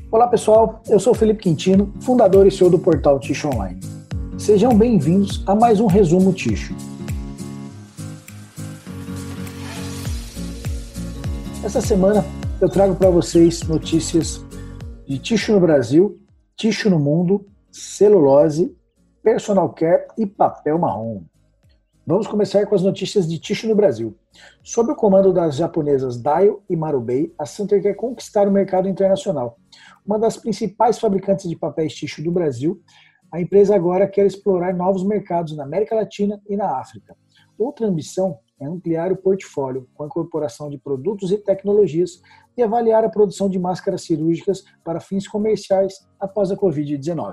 Olá pessoal, eu sou Felipe Quintino, fundador e CEO do portal Ticho Online. Sejam bem-vindos a mais um Resumo Ticho. Essa semana eu trago para vocês notícias de Ticho no Brasil, Ticho no mundo, celulose, personal care e papel marrom. Vamos começar com as notícias de Ticho no Brasil. Sob o comando das japonesas Daiyo e Marubeni, a Santer quer conquistar o mercado internacional. Uma das principais fabricantes de papéis Ticho do Brasil, a empresa agora quer explorar novos mercados na América Latina e na África. Outra ambição é ampliar o portfólio com a incorporação de produtos e tecnologias e avaliar a produção de máscaras cirúrgicas para fins comerciais após a Covid-19.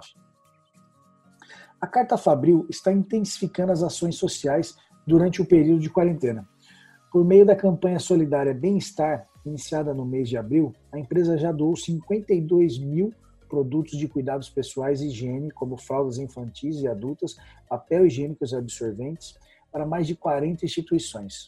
A Carta Fabril está intensificando as ações sociais durante o período de quarentena. Por meio da campanha solidária Bem-Estar, iniciada no mês de abril, a empresa já doou 52 mil produtos de cuidados pessoais e higiene, como fraldas infantis e adultas, papel higiênico e absorventes, para mais de 40 instituições.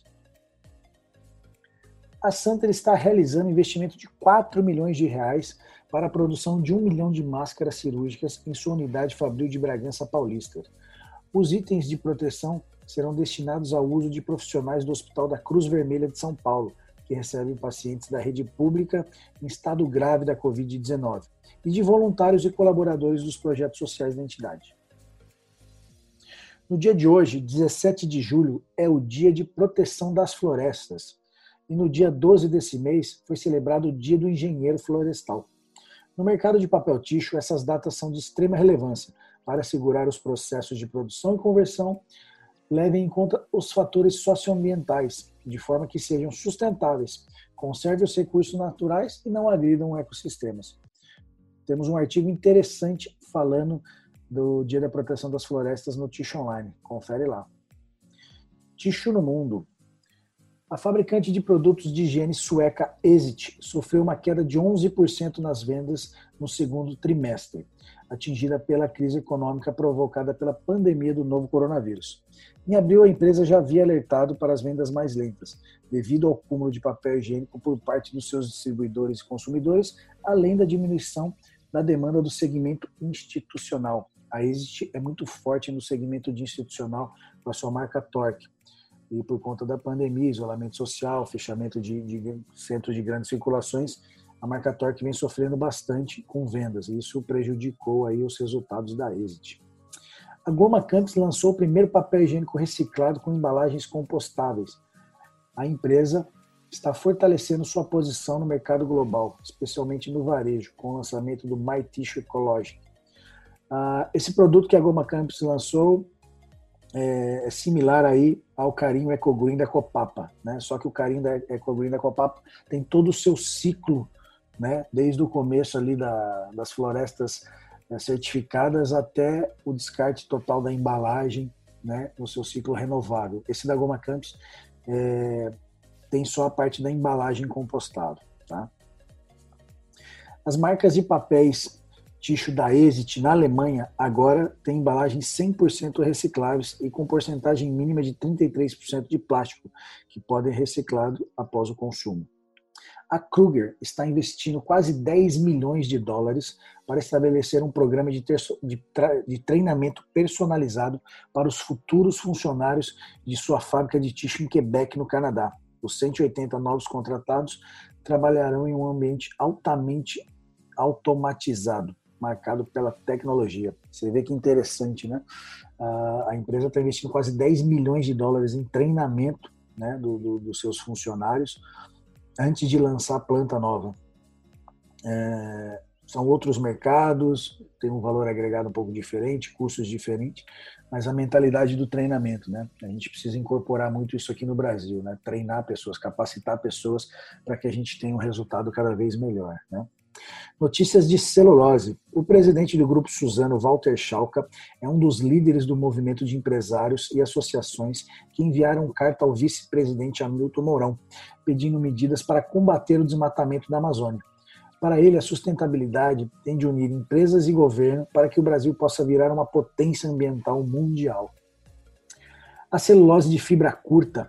A Santer está realizando um investimento de 4 milhões de reais para a produção de 1 milhão de máscaras cirúrgicas em sua unidade Fabril de Bragança Paulista. Os itens de proteção serão destinados ao uso de profissionais do Hospital da Cruz Vermelha de São Paulo, que recebem pacientes da rede pública em estado grave da Covid-19, e de voluntários e colaboradores dos projetos sociais da entidade. No dia de hoje, 17 de julho, é o Dia de Proteção das Florestas, e no dia 12 desse mês foi celebrado o Dia do Engenheiro Florestal. No mercado de papel ticho, essas datas são de extrema relevância para assegurar os processos de produção e conversão levem em conta os fatores socioambientais, de forma que sejam sustentáveis, conservem os recursos naturais e não agridam ecossistemas. Temos um artigo interessante falando do Dia da Proteção das Florestas no Ticho Online. Confere lá. Ticho no mundo. A fabricante de produtos de higiene sueca Exit sofreu uma queda de 11% nas vendas no segundo trimestre, atingida pela crise econômica provocada pela pandemia do novo coronavírus. Em abril, a empresa já havia alertado para as vendas mais lentas, devido ao cúmulo de papel higiênico por parte dos seus distribuidores e consumidores, além da diminuição da demanda do segmento institucional. A Exit é muito forte no segmento de institucional com a sua marca Tork. E por conta da pandemia, isolamento social, fechamento de centros de grandes circulações, a marca Tork vem sofrendo bastante com vendas, e isso prejudicou aí os resultados da Exit. A Goma Campos lançou o primeiro papel higiênico reciclado com embalagens compostáveis. A empresa está fortalecendo sua posição no mercado global, especialmente no varejo, com o lançamento do My Tissue Ecologic. Esse produto que a Goma Campos lançou é similar aí ao carinho EcoGreen da Copapa, né? Só que o carinho da EcoGreen da Copapa tem todo o seu ciclo, né? Desde o começo ali das florestas certificadas até o descarte total da embalagem, né? No seu ciclo renovável. Esse da Goma Campos tem só a parte da embalagem compostável, tá? As marcas de papéis Ticho da Exit na Alemanha agora tem embalagens 100% recicláveis e com porcentagem mínima de 33% de plástico que podem ser reciclados após o consumo. A Kruger está investindo quase 10 milhões de dólares para estabelecer um programa de treinamento personalizado para os futuros funcionários de sua fábrica de ticho em Quebec, no Canadá. Os 180 novos contratados trabalharão em um ambiente altamente automatizado, marcado pela tecnologia. Você vê que interessante, né? A empresa está investindo quase 10 milhões de dólares em treinamento, né, dos seus funcionários antes de lançar a planta nova. São outros mercados, tem um valor agregado um pouco diferente, custos diferentes, mas a mentalidade do treinamento, né? A gente precisa incorporar muito isso aqui no Brasil, né? Treinar pessoas, capacitar pessoas para que a gente tenha um resultado cada vez melhor, né? Notícias de celulose. O presidente do Grupo Suzano, Walter Schalka, é um dos líderes do movimento de empresários e associações que enviaram carta ao vice-presidente Hamilton Mourão, pedindo medidas para combater o desmatamento da Amazônia. Para ele, a sustentabilidade tem de unir empresas e governo para que o Brasil possa virar uma potência ambiental mundial. A celulose de fibra curta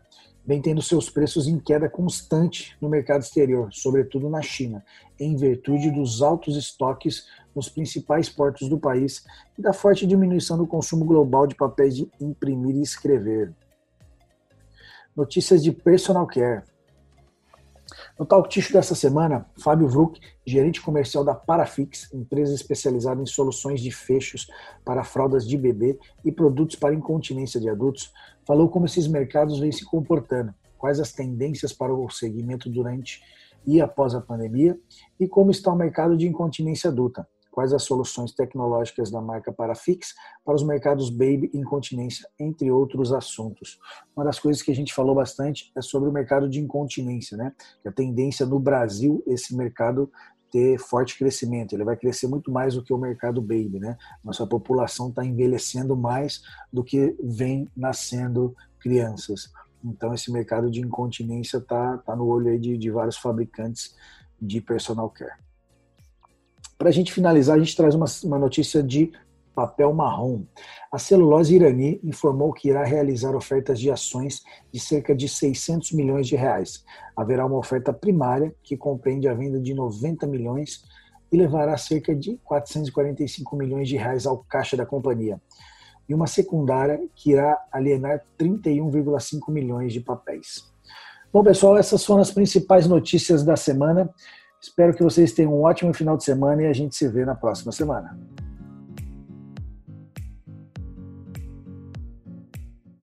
vem tendo seus preços em queda constante no mercado exterior, sobretudo na China, em virtude dos altos estoques nos principais portos do país e da forte diminuição do consumo global de papéis de imprimir e escrever. Notícias de personal care. No Talk Tissue dessa semana, Fábio Vruck, gerente comercial da Parafix, empresa especializada em soluções de fechos para fraldas de bebê e produtos para incontinência de adultos, falou como esses mercados vêm se comportando, quais as tendências para o segmento durante e após a pandemia e como está o mercado de incontinência adulta, quais as soluções tecnológicas da marca Parafix para os mercados baby e incontinência, entre outros assuntos. Uma das coisas que a gente falou bastante é sobre o mercado de incontinência, né? A tendência no Brasil, esse mercado ter forte crescimento, ele vai crescer muito mais do que o mercado baby, né? Nossa população está envelhecendo mais do que vem nascendo crianças. Então esse mercado de incontinência tá no olho aí de vários fabricantes de personal care. Para a gente finalizar, a gente traz uma notícia de papel marrom. A Celulose Irani informou que irá realizar ofertas de ações de cerca de 600 milhões de reais. Haverá uma oferta primária, que compreende a venda de 90 milhões e levará cerca de 445 milhões de reais ao caixa da companhia. E uma secundária, que irá alienar 31,5 milhões de papéis. Bom, pessoal, essas foram as principais notícias da semana. Espero que vocês tenham um ótimo final de semana e a gente se vê na próxima semana.